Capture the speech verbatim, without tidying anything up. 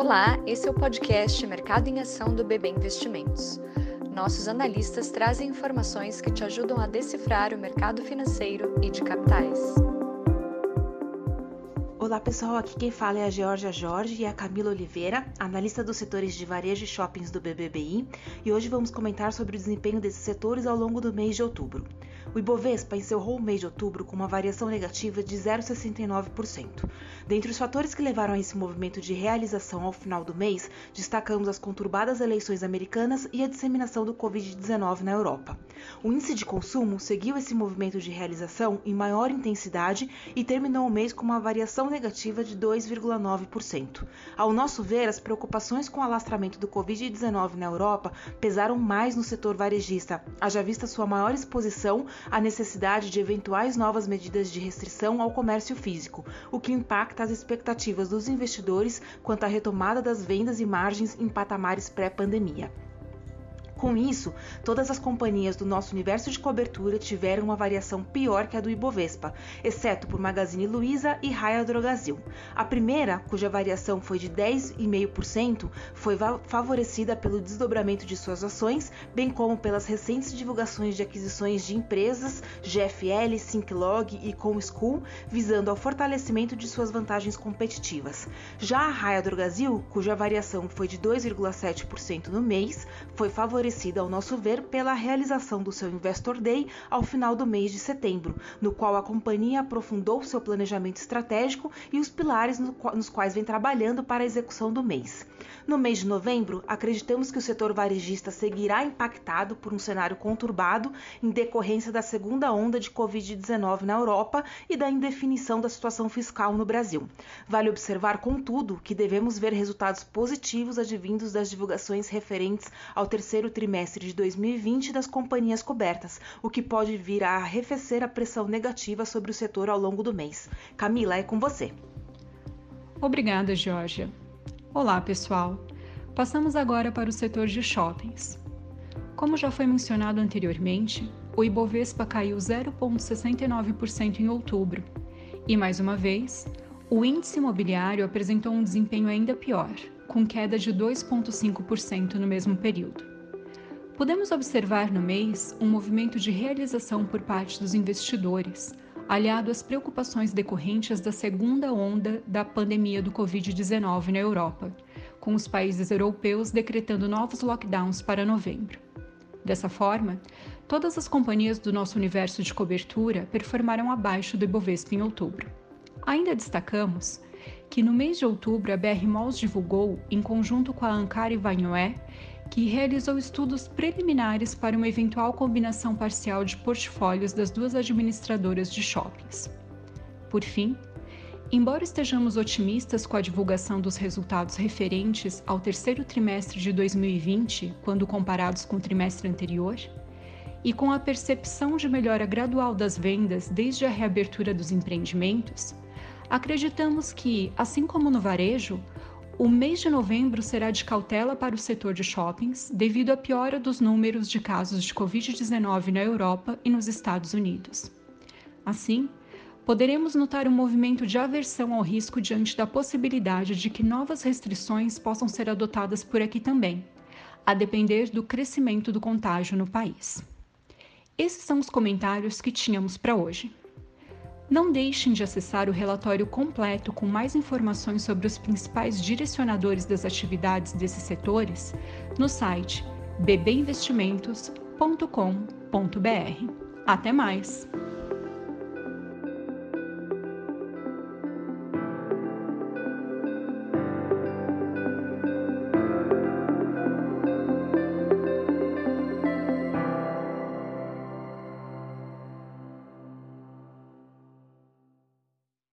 Olá, esse é o podcast Mercado em Ação do B B Investimentos. Nossos analistas trazem informações que te ajudam a decifrar o mercado financeiro e de capitais. Olá pessoal, aqui quem fala é a Georgia Jorge e a Camila Oliveira, analista dos setores de varejo e shoppings do B B B I, e hoje vamos comentar sobre o desempenho desses setores ao longo do mês de outubro. O Ibovespa encerrou o mês de outubro com uma variação negativa de zero vírgula sessenta e nove por cento. Dentre os fatores que levaram a esse movimento de realização ao final do mês, destacamos as conturbadas eleições americanas e a disseminação do covid dezenove na Europa. O índice de consumo seguiu esse movimento de realização em maior intensidade e terminou o mês com uma variação negativa de dois vírgula nove por cento. Ao nosso ver, as preocupações com o alastramento do covid dezenove na Europa pesaram mais no setor varejista, haja vista sua maior exposição à necessidade de eventuais novas medidas de restrição ao comércio físico, o que impacta as expectativas dos investidores quanto à retomada das vendas e margens em patamares pré-pandemia. Com isso, todas as companhias do nosso universo de cobertura tiveram uma variação pior que a do Ibovespa, exceto por Magazine Luiza e Raia Drogasil. A primeira, cuja variação foi de dez vírgula cinco por cento, foi favorecida pelo desdobramento de suas ações, bem como pelas recentes divulgações de aquisições de empresas, G F L, Synclog e ComSchool, visando ao fortalecimento de suas vantagens competitivas. Já a Raia Drogasil, cuja variação foi de dois vírgula sete por cento no mês, foi favorecida ao nosso ver pela realização do seu Investor Day ao final do mês de setembro, no qual a companhia aprofundou seu planejamento estratégico e os pilares no, nos quais vem trabalhando para a execução do mês. No mês de novembro, acreditamos que o setor varejista seguirá impactado por um cenário conturbado em decorrência da segunda onda de covid dezenove na Europa e da indefinição da situação fiscal no Brasil. Vale observar, contudo, que devemos ver resultados positivos advindos das divulgações referentes ao terceiro trimestre de dois mil e vinte das companhias cobertas, o que pode vir a arrefecer a pressão negativa sobre o setor ao longo do mês. Camila, é com você. Obrigada, Georgia. Olá, pessoal. Passamos agora para o setor de shoppings. Como já foi mencionado anteriormente, o Ibovespa caiu zero vírgula sessenta e nove por cento em outubro e, mais uma vez, o índice imobiliário apresentou um desempenho ainda pior, com queda de dois vírgula cinco por cento no mesmo período. Podemos observar no mês um movimento de realização por parte dos investidores, aliado às preocupações decorrentes da segunda onda da pandemia do covid dezenove na Europa, com os países europeus decretando novos lockdowns para novembro. Dessa forma, todas as companhias do nosso universo de cobertura performaram abaixo do Ibovespa em outubro. Ainda destacamos que no mês de outubro a B R Malls divulgou, em conjunto com a Ancar e Vanoé, que realizou estudos preliminares para uma eventual combinação parcial de portfólios das duas administradoras de shoppings. Por fim, embora estejamos otimistas com a divulgação dos resultados referentes ao terceiro trimestre de dois mil e vinte, quando comparados com o trimestre anterior, e com a percepção de melhora gradual das vendas desde a reabertura dos empreendimentos, acreditamos que, assim como no varejo, o mês de novembro será de cautela para o setor de shoppings devido à piora dos números de casos de covid dezenove na Europa e nos Estados Unidos. Assim, poderemos notar um movimento de aversão ao risco diante da possibilidade de que novas restrições possam ser adotadas por aqui também, a depender do crescimento do contágio no país. Esses são os comentários que tínhamos para hoje. Não deixem de acessar o relatório completo com mais informações sobre os principais direcionadores das atividades desses setores no site b b investimentos ponto com ponto b r. Até mais!